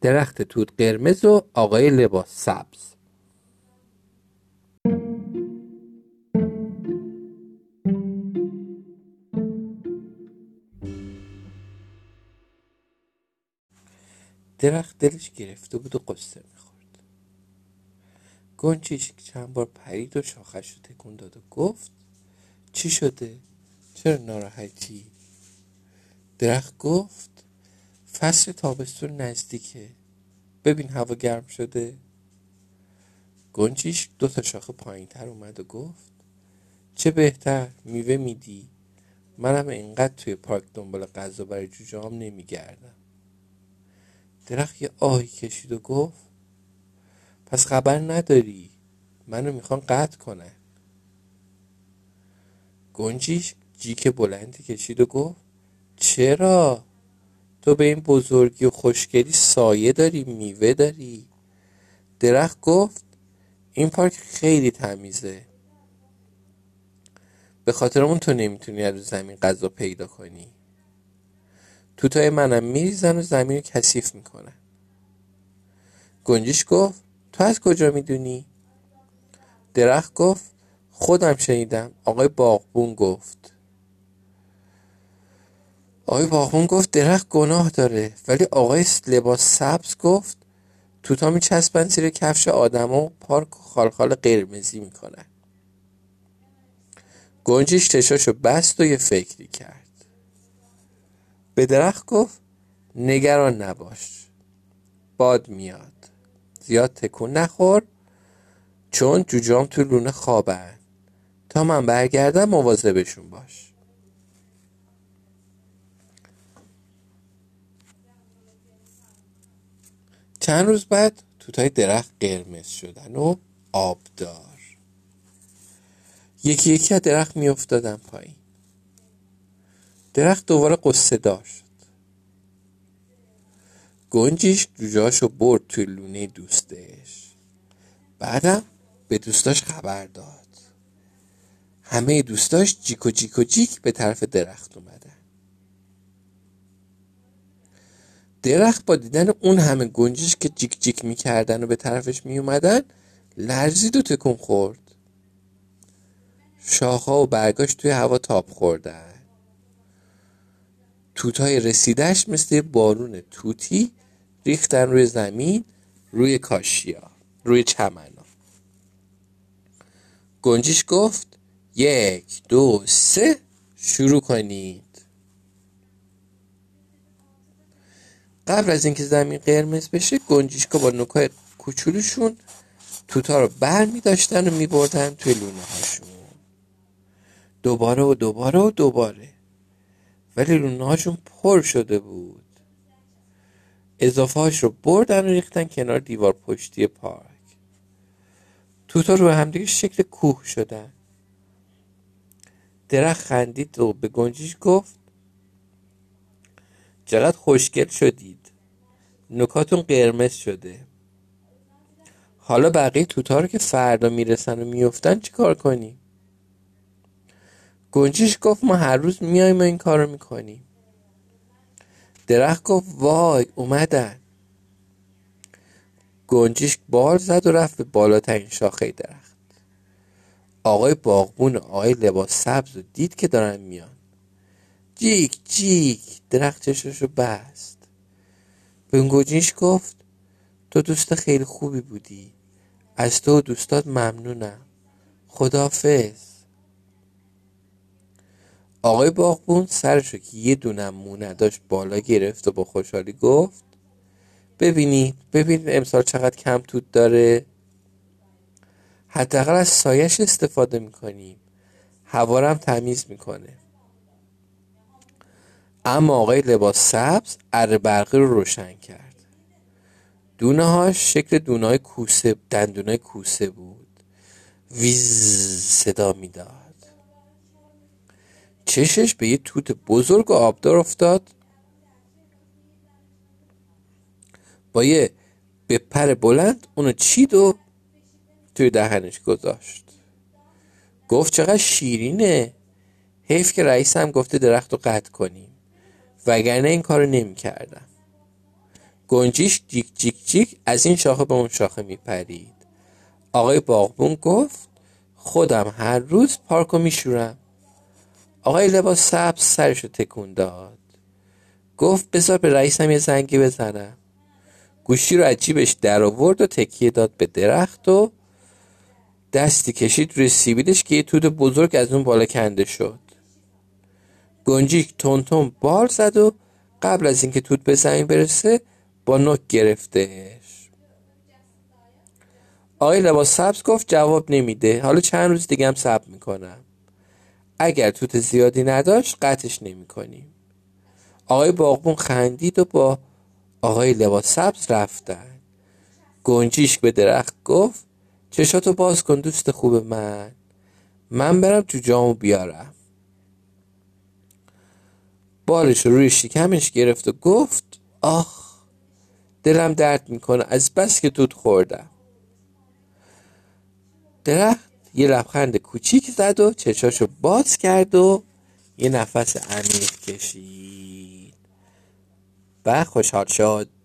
درخت توت قرمز و آقای لباس سبز. درخت دلش گرفته بود و قصه میخورد. گنجیش چند بار پرید و شاخش رو تکون داد و گفت چی شده؟ چرا ناراحتی؟ درخت گفت فصل تابستون نزدیکه، ببین هوا گرم شده. گنجیش 2 شاخه پایین تر اومد و گفت چه بهتر، میوه میدی. منم اینقدر توی پارک دنبال غذا برای جوجه‌هام نمیگردم. درخت یه آهی کشید و گفت پس خبر نداری، منو میخوان قطع کنن. گنجیش جیک بلندی کشید و گفت چرا؟ تو به این بزرگی و خوشگلی سایه داری، میوه داری. درخت گفت این پارک خیلی تمیزه، به خاطر اون تو نمیتونی از زمین غذا پیدا کنی. توتای منم میریزن و زمین رو کثیف میکنن. گنجیش گفت تو از کجا میدونی؟ درخت گفت خودم شنیدم، آقای باغبون گفت. آقای باغبون گفت درخت گناه داره، ولی آقای لباس سبز گفت توتا میچسبن زیر کفش آدم و پارک و خالخال قرمزی میکنن. گنجیش چشاشو بست و یه فکری کرد. به درخت گفت نگران نباش، باد میاد، زیاد تکون نخور چون جوجام تو لونه خوابن. تا من برگردم مواظبشون باش. چند روز بعد توتای درخت قرمز شدن و آبدار. یکی یکی از درخت می افتادن پایین. درخت دوباره قصه دار شد. گنجیش جوجهاشو برد توی لونه دوستش. بعدم به دوستاش خبر داد. همه دوستاش جیک و جیک و جیک به طرف درخت اومدن. درخت با دیدن اون همه گنجیش که جیک جیک میکردن و به طرفش میومدن لرزید و تکون خورد. شاخها و برگاش توی هوا تاب خوردن. توتای رسیدش مثل بارون توتی ریختن روی زمین، روی کاشیا، روی چمنا. گنجیش گفت 1 2 3 شروع کنید. قبل از اینکه زمین قرمز بشه گنجیشکا با نوکای کوچولوشون توتا رو بر می داشتن و می بردن توی لونه هاشون. دوباره و دوباره و دوباره. ولی لونه هاشون پر شده بود. اضافه هاش رو بردن و ریختن کنار دیوار پشتی پارک. توتا رو همدیگه شکل کوه شدن. درخت خندید و به گنجیش گفت چقدر خوشگل شدید، نوکاتون قرمز شده. حالا بقیه توتا رو که فردا میرسن و میفتن چی کار کنیم؟ گنجیش گفت ما هر روز میایم و این کار رو میکنیم. درخت گفت وای اومدن. گنجیش بال زد و رفت به بالاترین شاخه درخت. آقای باغبون و آقای لباس سبز رو دید که دارن میان. جیک جیک. درخت چششو بست. به گنجیش گفت تو دوست خیلی خوبی بودی، از تو و دوستات ممنونم، خداحافظ. آقای باغبون سرشو که یه دونه مو نداشت بالا گرفت و با خوشحالی گفت ببینید امسال چقدر کم توت داره. حداقل از سایش استفاده میکنیم، هوا رو هم تمیز میکنه. اما آقای لباس سبز اره برقی رو روشن کرد. دونه هاش شکل دونه های کوسه، دندونه کوسه بود. ویز صدا میداد. چشش به یه توت بزرگ و آبدار افتاد. با یه بپر بلند اونو چید و توی دهنش گذاشت. گفت چقدر شیرینه، حیف که رئیس هم گفته درخت رو قطع کنیم، وگرنه این کارو نمی کردم. گنجیش جیک جیک جیک از این شاخه به اون شاخه میپرید. آقای باغبون گفت خودم هر روز پارکو میشورم. آقای لباس سبز سرشو تکون داد. گفت بذار به رئیسم یه زنگی بزنم. گوشی رو از جیبش در آورد و تکیه داد به درخت و دستی کشید روی سیبیلش که یه توت بزرگ از اون بالا کنده شد. گنجیک تون بال زد و قبل از اینکه توت به زمین برسه با نوک گرفتهش. آقای لباس سبز گفت جواب نمیده، حالا چند روز دیگه هم صبر میکنم. اگر توت زیادی نداشت قطعش نمیکنیم. آقای باغبون خندید و با آقای لباس سبز رفتن. گنجیشک به درخت گفت چشاتو باز کن دوست خوب من برم تو جامو بیارم. بالش رو روی شکمش گرفت و گفت آخ دلم درد میکنه از بس که توت خوردم. درخت یه لبخند کوچیک زد و چشاشو باز کرد و یه نفس عمیق کشید و خوشحال شد.